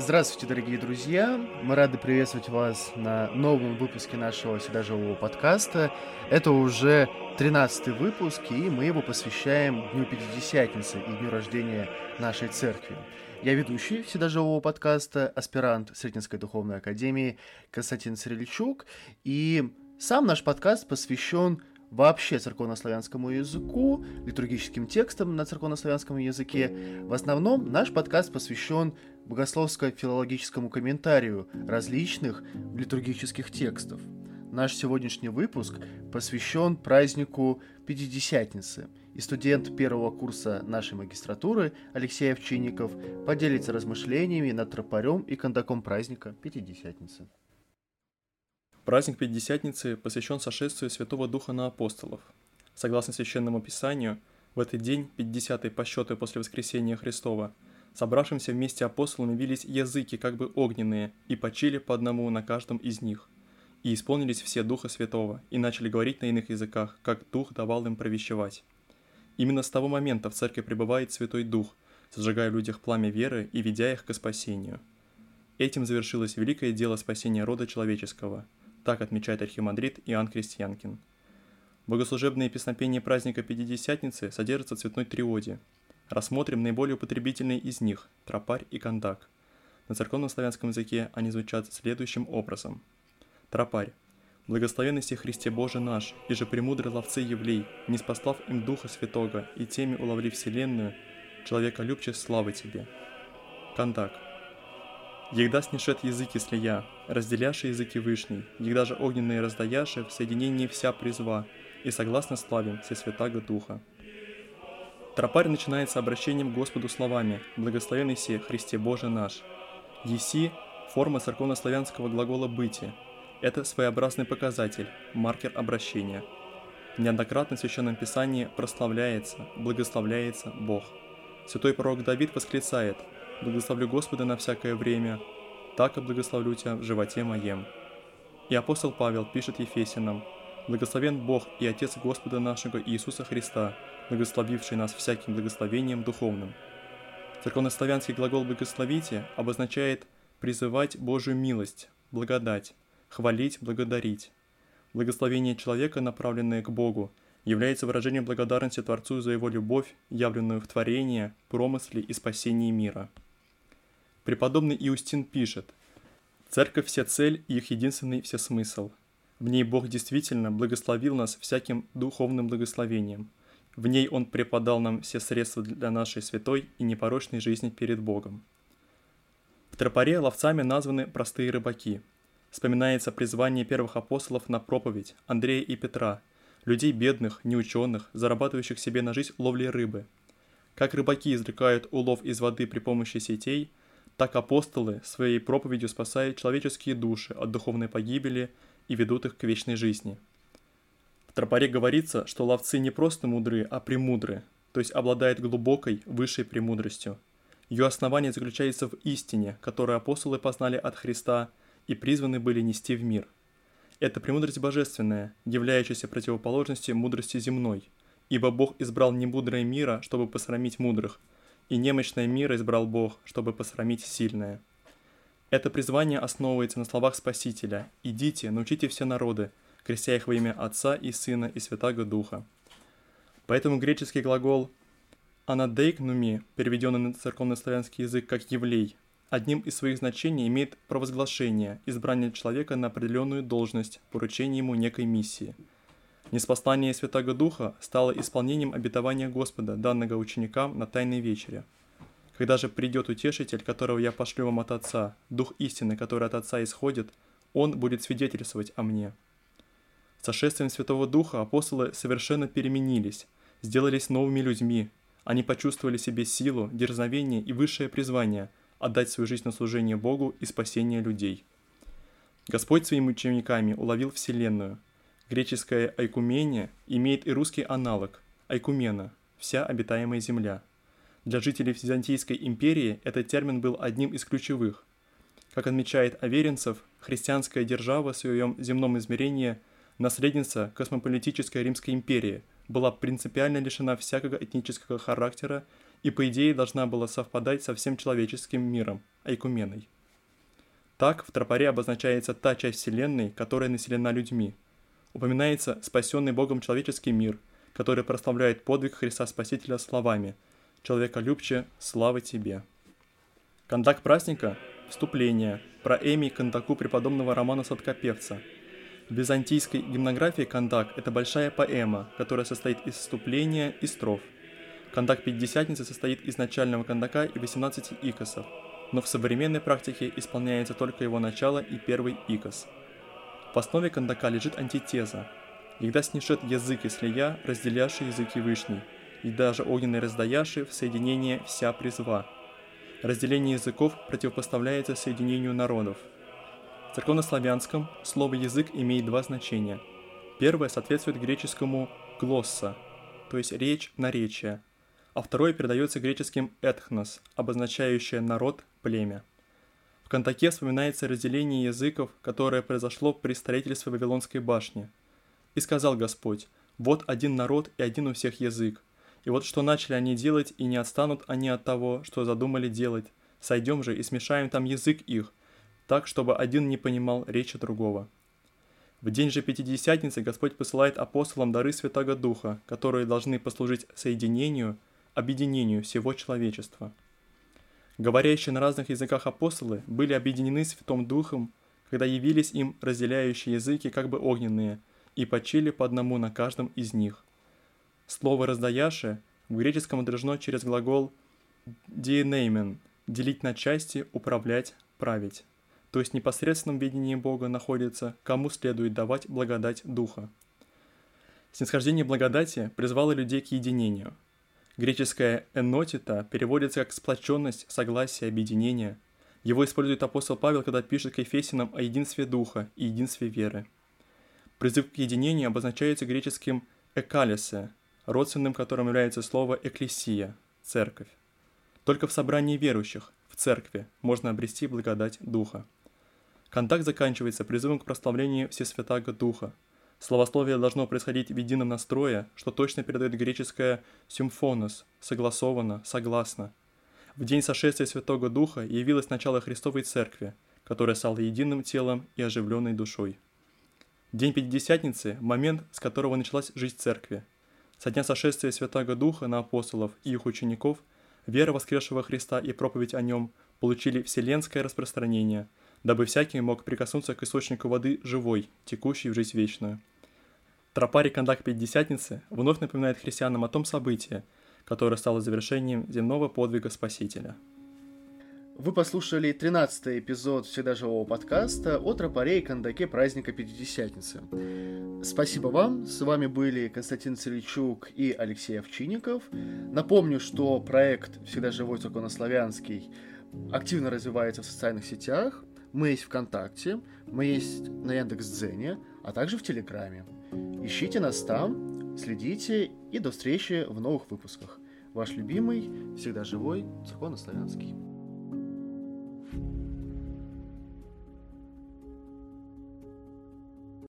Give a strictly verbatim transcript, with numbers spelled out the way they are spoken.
Здравствуйте, дорогие друзья! Мы рады приветствовать вас на новом выпуске нашего всегда живого подкаста. Это уже тринадцатый выпуск, и мы его посвящаем Дню Пятидесятницы и дню рождения нашей церкви. Я ведущий всегда живого подкаста, аспирант Сретенской духовной академии Константин Цирильчук, и сам наш подкаст посвящен вообще церковнославянскому языку, литургическим текстам на церковнославянском языке. В основном наш подкаст посвящен богословско-филологическому комментарию различных литургических текстов. Наш сегодняшний выпуск посвящен празднику Пятидесятницы, и студент первого курса нашей магистратуры Алексей Овчинников поделится размышлениями над тропарем и кондаком праздника Пятидесятницы. Праздник Пятидесятницы посвящен сошествию Святого Духа на апостолов. Согласно Священному Писанию, в этот день, пятидесятый по счету после воскресения Христова, собравшимся вместе апостолам явились языки как бы огненные, и почили по одному на каждом из них. И исполнились все Духа Святого, и начали говорить на иных языках, как Дух давал им провещевать. Именно с того момента в церкви пребывает Святой Дух, зажигая в людях пламя веры и ведя их к спасению. Этим завершилось великое дело спасения рода человеческого. Так отмечает архимандрит Иоанн Крестьянкин. Богослужебные песнопения праздника Пятидесятницы содержатся в цветной триоде. Рассмотрим наиболее употребительные из них – тропарь и кондак. На церковнославянском языке они звучат следующим образом. Тропарь. Благословенности Христе Боже наш, и же премудрый ловцы Евлей, не спаслав им Духа Святого, и теми уловли вселенную, человека любче славы Тебе. Кондак. Егда снишет языки слия, разделяши языки вышней, егда же огненные раздаяши, в соединении вся призва, и согласно славим все святаго Духа. Тропарь начинается обращением к Господу словами «Благословенный се Христе Боже наш». «Еси» – форма церковнославянского глагола «быти». Это своеобразный показатель, маркер обращения. Неоднократно в Священном Писании прославляется, благословляется Бог. Святой пророк Давид восклицает «Благословлю Господа на всякое время, так и благословлю Тебя в животе моем». И апостол Павел пишет Ефесянам «Благословен Бог и Отец Господа нашего Иисуса Христа, благословивший нас всяким благословением духовным». Церковнославянский глагол «благословите» обозначает призывать Божию милость, благодать, хвалить, благодарить. Благословение человека, направленное к Богу, является выражением благодарности Творцу за его любовь, явленную в творении, промысле и спасении мира. Преподобный Иустин пишет: «Церковь – вся цель и их единственный всесмысл. В ней Бог действительно благословил нас всяким духовным благословением. В ней Он преподал нам все средства для нашей святой и непорочной жизни перед Богом». В тропаре ловцами названы простые рыбаки. Вспоминается призвание первых апостолов на проповедь Андрея и Петра, людей бедных, неученых, зарабатывающих себе на жизнь ловлей рыбы. Как рыбаки извлекают улов из воды при помощи сетей, так апостолы своей проповедью спасают человеческие души от духовной погибели и ведут их к вечной жизни. В тропаре говорится, что ловцы не просто мудры, а премудры, то есть обладают глубокой, высшей премудростью. Ее основание заключается в истине, которую апостолы познали от Христа и призваны были нести в мир. Это премудрость божественная, являющаяся противоположностью мудрости земной, ибо Бог избрал не мудрое мира, чтобы посрамить мудрых, и немощное мира избрал Бог, чтобы посрамить сильное. Это призвание основывается на словах Спасителя: «Идите, научите все народы, крестя их во имя Отца и Сына и Святаго Духа». Поэтому греческий глагол «анадейкнуми», переведенный на церковнославянский язык как «евлей», одним из своих значений имеет провозглашение, избрание человека на определенную должность, поручение ему некой миссии. Ниспослание Святаго Духа стало исполнением обетования Господа, данного ученикам на Тайной вечере. «Когда же придет Утешитель, которого я пошлю вам от Отца, Дух истины, который от Отца исходит, Он будет свидетельствовать о мне». С сошествием Святого Духа апостолы совершенно переменились, сделались новыми людьми. Они почувствовали в себе силу, дерзновение и высшее призвание отдать свою жизнь на служение Богу и спасение людей. Господь своими учениками уловил вселенную. Греческое «айкумения» имеет и русский аналог – «айкумена» – «вся обитаемая земля». Для жителей Византийской империи этот термин был одним из ключевых. Как отмечает Аверинцев, христианская держава в своем земном измерении, наследница космополитической Римской империи, была принципиально лишена всякого этнического характера и, по идее, должна была совпадать со всем человеческим миром, айкуменой. Так, в тропаре обозначается та часть Вселенной, которая населена людьми. Упоминается спасенный Богом человеческий мир, который прославляет подвиг Христа Спасителя словами «Человеколюбче, слава тебе». Кондак праздника – вступление, проэмий к кондаку преподобного Романа Сладкопевца. В византийской гимнографии кондак – это большая поэма, которая состоит из вступления и строф. Кондак Пятидесятницы состоит из начального кондака и восемнадцати икосов, но в современной практике исполняется только его начало и первый икос. В основе кондака лежит антитеза. «Когда снишет язык и слия, разделяши языки вышний, и даже огненный раздаяши в соединение вся призва». Разделение языков противопоставляется соединению народов. В церковнославянском слово «язык» имеет два значения. Первое соответствует греческому «глосса», то есть речь, наречие, а второе передается греческим «этхнос», обозначающее народ, племя. В кондаке вспоминается разделение языков, которое произошло при строительстве Вавилонской башни. «И сказал Господь, вот один народ и один у всех язык. И вот что начали они делать, и не отстанут они от того, что задумали делать. Сойдем же и смешаем там язык их, так, чтобы один не понимал речи другого». В день же Пятидесятницы Господь посылает апостолам дары Святаго Духа, которые должны послужить соединению, объединению всего человечества. Говорящие на разных языках апостолы были объединены Святым Духом, когда явились им разделяющие языки как бы огненные, и почили по одному на каждом из них. Слово «раздаяше» в греческом отражено через глагол «диенеймен» – «делить на части, управлять, править». То есть в непосредственном видении Бога находится, кому следует давать благодать Духа. Снисхождение благодати призвало людей к единению. Греческое «энотита» переводится как «сплоченность, согласие, объединение». Его использует апостол Павел, когда пишет к Ефесянам о единстве Духа и единстве веры. Призыв к единению обозначается греческим «экалесе», родственным которым является слово «экклесия» – «церковь». Только в собрании верующих, в церкви, можно обрести благодать Духа. Контакт заканчивается призывом к прославлению Всесвятаго Духа. Словословие должно происходить в едином настрое, что точно передает греческое «симфонос» – «согласованно», «согласно». В день сошествия Святого Духа явилось начало Христовой Церкви, которая стала единым телом и оживленной душой. День Пятидесятницы – момент, с которого началась жизнь Церкви. Со дня сошествия Святаго Духа на апостолов и их учеников вера воскресшего Христа и проповедь о нем получили вселенское распространение, дабы всякий мог прикоснуться к источнику воды живой, текущей в жизнь вечную. Тропарий кондак Пятидесятницы вновь напоминает христианам о том событии, которое стало завершением земного подвига Спасителя. Вы послушали тринадцатый эпизод «Всегда живого» подкаста о тропаре и кондаке праздника Пятидесятницы. Спасибо вам, с вами были Константин Царичук и Алексей Овчинников. Напомню, что проект «Всегда живой церковнославянский» активно развивается в социальных сетях. Мы есть ВКонтакте, мы есть на Яндекс.Дзене, а также в Телеграме. Ищите нас там, следите и до встречи в новых выпусках. Ваш любимый, всегда живой церковнославянский.